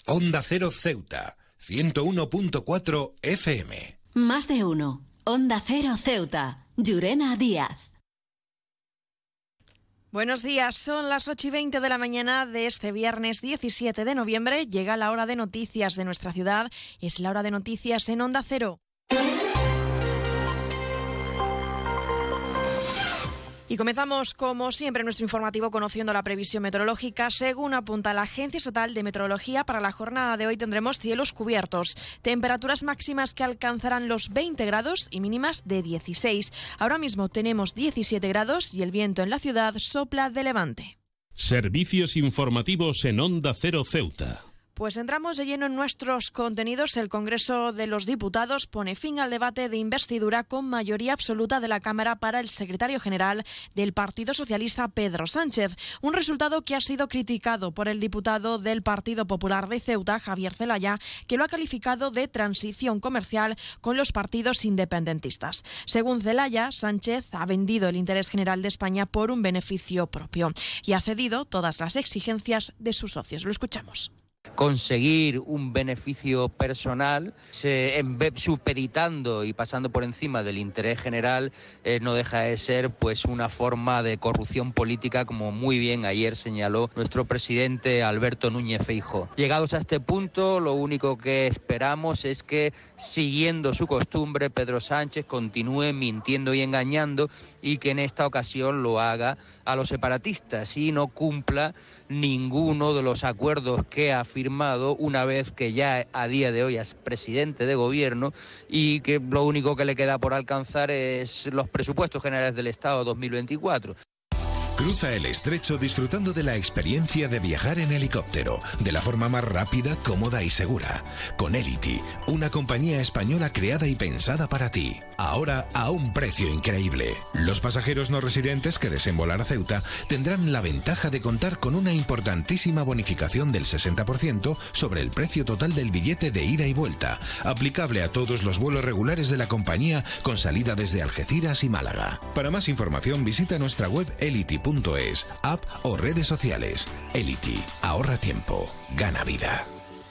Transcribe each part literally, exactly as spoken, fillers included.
Onda Cero Ceuta, ciento uno punto cuatro F M. Más de uno. Onda Cero Ceuta. Llurena Díaz. Buenos días, son las ocho y veinte de la mañana de este viernes diecisiete de noviembre. Llega la hora de noticias de nuestra ciudad. Es la hora de noticias en Onda Cero. Y comenzamos, como siempre, nuestro informativo conociendo la previsión meteorológica. Según apunta la Agencia Estatal de Meteorología, para la jornada de hoy tendremos cielos cubiertos, temperaturas máximas que alcanzarán los veinte grados y mínimas de dieciséis. Ahora mismo tenemos diecisiete grados y el viento en la ciudad sopla de levante. Servicios informativos en Onda Cero Ceuta. Pues entramos de lleno en nuestros contenidos. El Congreso de los Diputados pone fin al debate de investidura con mayoría absoluta de la Cámara para el secretario general del Partido Socialista, Pedro Sánchez. Un resultado que ha sido criticado por el diputado del Partido Popular de Ceuta, Javier Zelaya, que lo ha calificado de transición comercial con los partidos independentistas. Según Zelaya, Sánchez ha vendido el interés general de España por un beneficio propio y ha cedido todas las exigencias de sus socios. Lo escuchamos. Conseguir un beneficio personal, se, en vez, supeditando y pasando por encima del interés general, eh, no deja de ser pues una forma de corrupción política, como muy bien ayer señaló nuestro presidente Alberto Núñez Feijóo. Llegados a este punto, lo único que esperamos es que, siguiendo su costumbre, Pedro Sánchez continúe mintiendo y engañando, y que en esta ocasión lo haga a los separatistas y no cumpla ninguno de los acuerdos que ha firmado una vez que ya a día de hoy es presidente de gobierno, y que lo único que le queda por alcanzar es los presupuestos generales del Estado dos mil veinticuatro. Cruza el estrecho disfrutando de la experiencia de viajar en helicóptero, de la forma más rápida, cómoda y segura. Con Elity, una compañía española creada y pensada para ti. Ahora a un precio increíble. Los pasajeros no residentes que deseen volar a Ceuta tendrán la ventaja de contar con una importantísima bonificación del sesenta por ciento sobre el precio total del billete de ida y vuelta, aplicable a todos los vuelos regulares de la compañía con salida desde Algeciras y Málaga. Para más información visita nuestra web elity punto es, app o redes sociales. Elity, ahorra tiempo, gana vida.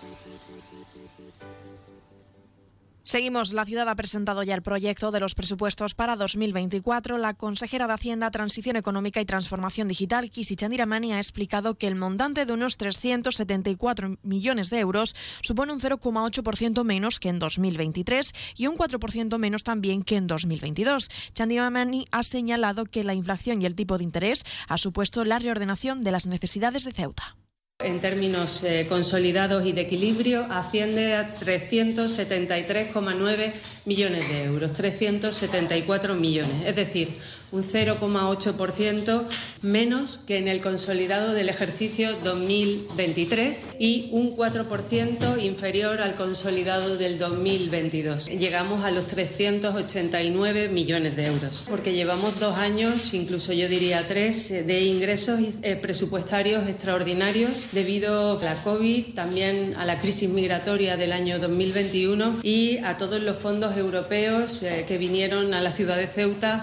Seguimos. La ciudad ha presentado ya el proyecto de los presupuestos para dos mil veinticuatro. La consejera de Hacienda, Transición Económica y Transformación Digital, Kisi Chandiramani, ha explicado que el montante de unos trescientos setenta y cuatro millones de euros supone un cero coma ocho por ciento menos que en dos mil veintitrés y un cuatro por ciento menos también que en dos mil veintidós. Chandiramani ha señalado que la inflación y el tipo de interés ha supuesto la reordenación de las necesidades de Ceuta. En términos eh, consolidados y de equilibrio, asciende a trescientos setenta y tres coma nueve millones de euros, trescientos setenta y cuatro millones, es decir, un cero coma ocho por ciento menos que en el consolidado del ejercicio dos mil veintitrés y un cuatro por ciento inferior al consolidado del dos mil veintidós. Llegamos a los trescientos ochenta y nueve millones de euros, porque llevamos dos años, incluso yo diría tres, de ingresos eh, presupuestarios extraordinarios debido a la COVID, también a la crisis migratoria del año dos mil veintiuno y a todos los fondos europeos eh, que vinieron a la ciudad de Ceuta.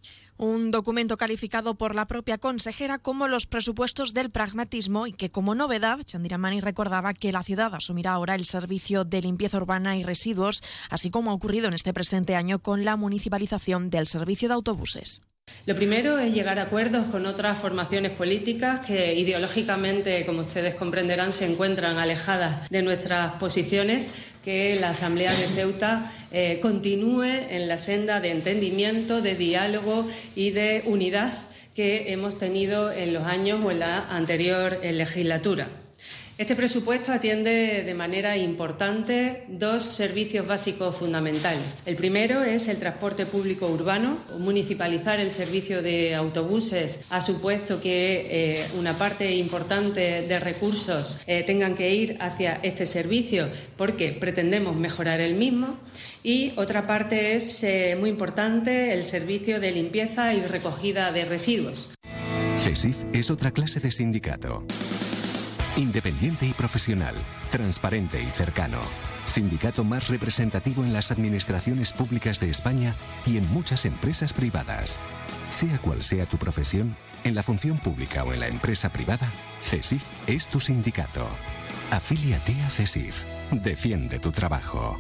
Un documento calificado por la propia consejera como los presupuestos del pragmatismo, y que, como novedad, Chandiramani recordaba que la ciudad asumirá ahora el servicio de limpieza urbana y residuos, así como ha ocurrido en este presente año con la municipalización del servicio de autobuses. Lo primero es llegar a acuerdos con otras formaciones políticas que ideológicamente, como ustedes comprenderán, se encuentran alejadas de nuestras posiciones, que la Asamblea de Ceuta eh, continúe en la senda de entendimiento, de diálogo y de unidad que hemos tenido en los años o en la anterior legislatura. Este presupuesto atiende de manera importante dos servicios básicos fundamentales. El primero es el transporte público urbano. Municipalizar el servicio de autobuses ha supuesto que eh, una parte importante de recursos eh, tengan que ir hacia este servicio porque pretendemos mejorar el mismo. Y otra parte es eh, muy importante el servicio de limpieza y recogida de residuos. CESIF es otra clase de sindicato. Independiente y profesional, transparente y cercano. Sindicato más representativo en las administraciones públicas de España y en muchas empresas privadas. Sea cual sea tu profesión, en la función pública o en la empresa privada, CESIF es tu sindicato. Afíliate a CESIF. Defiende tu trabajo.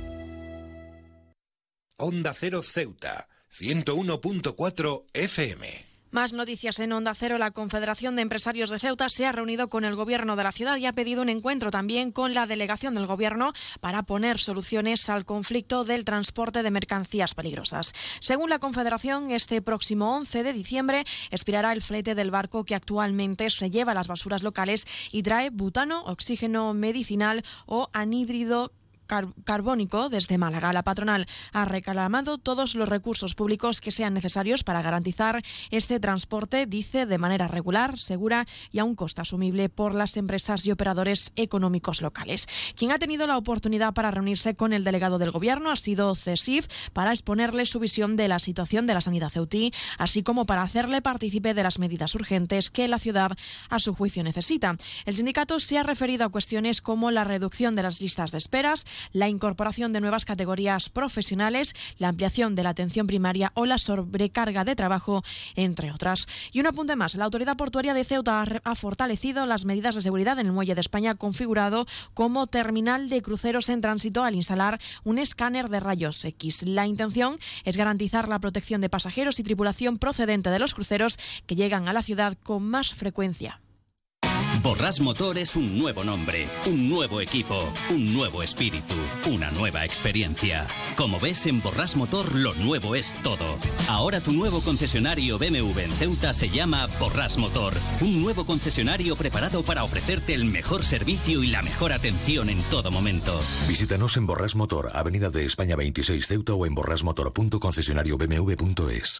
Onda Cero Ceuta, ciento uno punto cuatro F M. Más noticias en Onda Cero. La Confederación de Empresarios de Ceuta se ha reunido con el Gobierno de la ciudad y ha pedido un encuentro también con la delegación del Gobierno para poner soluciones al conflicto del transporte de mercancías peligrosas. Según la Confederación, este próximo once de diciembre expirará el flete del barco que actualmente se lleva las basuras locales y trae butano, oxígeno medicinal o anhídrido carbónico desde Málaga. La patronal ha reclamado todos los recursos públicos que sean necesarios para garantizar este transporte, dice, de manera regular, segura y a un coste asumible por las empresas y operadores económicos locales. Quien ha tenido la oportunidad para reunirse con el delegado del Gobierno ha sido CESIF para exponerle su visión de la situación de la sanidad ceutí, así como para hacerle partícipe de las medidas urgentes que la ciudad, a su juicio, necesita. El sindicato se ha referido a cuestiones como la reducción de las listas de esperas, la incorporación de nuevas categorías profesionales, la ampliación de la atención primaria o la sobrecarga de trabajo, entre otras. Y un apunte más, la Autoridad Portuaria de Ceuta ha fortalecido las medidas de seguridad en el Muelle de España, configurado como terminal de cruceros en tránsito al instalar un escáner de rayos X. La intención es garantizar la protección de pasajeros y tripulación procedente de los cruceros que llegan a la ciudad con más frecuencia. Borràs Motor es un nuevo nombre, un nuevo equipo, un nuevo espíritu, una nueva experiencia. Como ves, en Borràs Motor lo nuevo es todo. Ahora tu nuevo concesionario B M W en Ceuta se llama Borràs Motor. Un nuevo concesionario preparado para ofrecerte el mejor servicio y la mejor atención en todo momento. Visítanos en Borràs Motor, Avenida de España veintiséis Ceuta o en borrasmotor punto concesionario b m w punto es.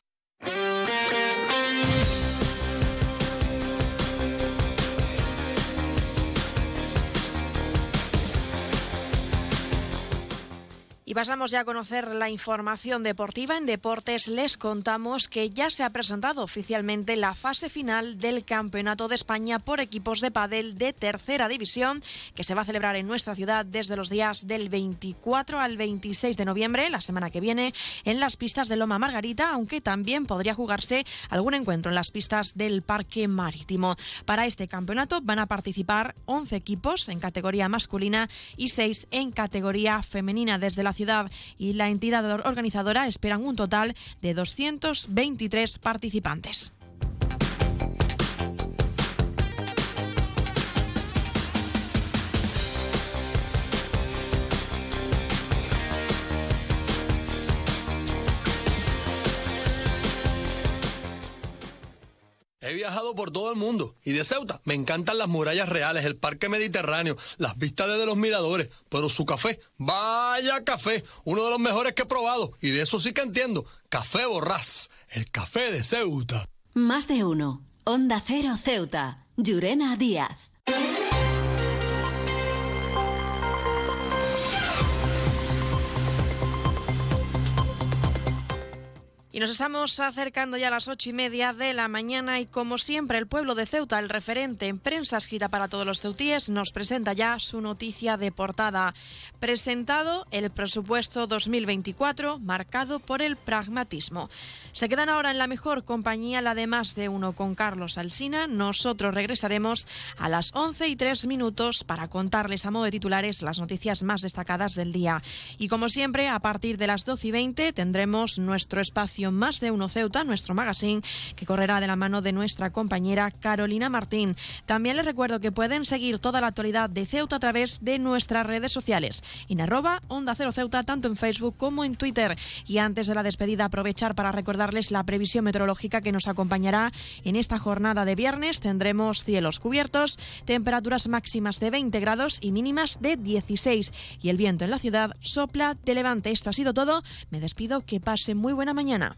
Y pasamos ya a conocer la información deportiva. En deportes les contamos que ya se ha presentado oficialmente la fase final del Campeonato de España por equipos de pádel de tercera división, que se va a celebrar en nuestra ciudad desde los días del veinticuatro al veintiséis de noviembre, la semana que viene, en las pistas de Loma Margarita, aunque también podría jugarse algún encuentro en las pistas del Parque Marítimo. Para este campeonato van a participar once equipos en categoría masculina y seis en categoría femenina. Desde la ciudad y la entidad organizadora esperan un total de doscientos veintitrés participantes. He viajado por todo el mundo y de Ceuta me encantan las murallas reales, el parque mediterráneo, las vistas desde los miradores, pero su café, vaya café, uno de los mejores que he probado y de eso sí que entiendo. Café Borràs, el café de Ceuta. Más de uno. Onda Cero Ceuta. Llurena Díaz. Y nos estamos acercando ya a las ocho y media de la mañana y, como siempre, el pueblo de Ceuta, el referente en prensa escrita para todos los ceutíes, nos presenta ya su noticia de portada. Presentado el presupuesto dos mil veinticuatro, marcado por el pragmatismo. Se quedan ahora en la mejor compañía, la de Más de Uno, con Carlos Alsina. Nosotros regresaremos a las once y tres minutos para contarles a modo de titulares las noticias más destacadas del día. Y, como siempre, a partir de las doce y veinte tendremos nuestro espacio Más de Uno Ceuta, nuestro magazine, que correrá de la mano de nuestra compañera Carolina Martín. También les recuerdo que pueden seguir toda la actualidad de Ceuta a través de nuestras redes sociales, en arroba Onda Cero Ceuta, tanto en Facebook como en Twitter. Y antes de la despedida, aprovechar para recordarles la previsión meteorológica que nos acompañará en esta jornada de viernes. Tendremos cielos cubiertos, temperaturas máximas de veinte grados y mínimas de dieciséis. Y el viento en la ciudad sopla de levante. Esto ha sido todo. Me despido. Que pase muy buena mañana.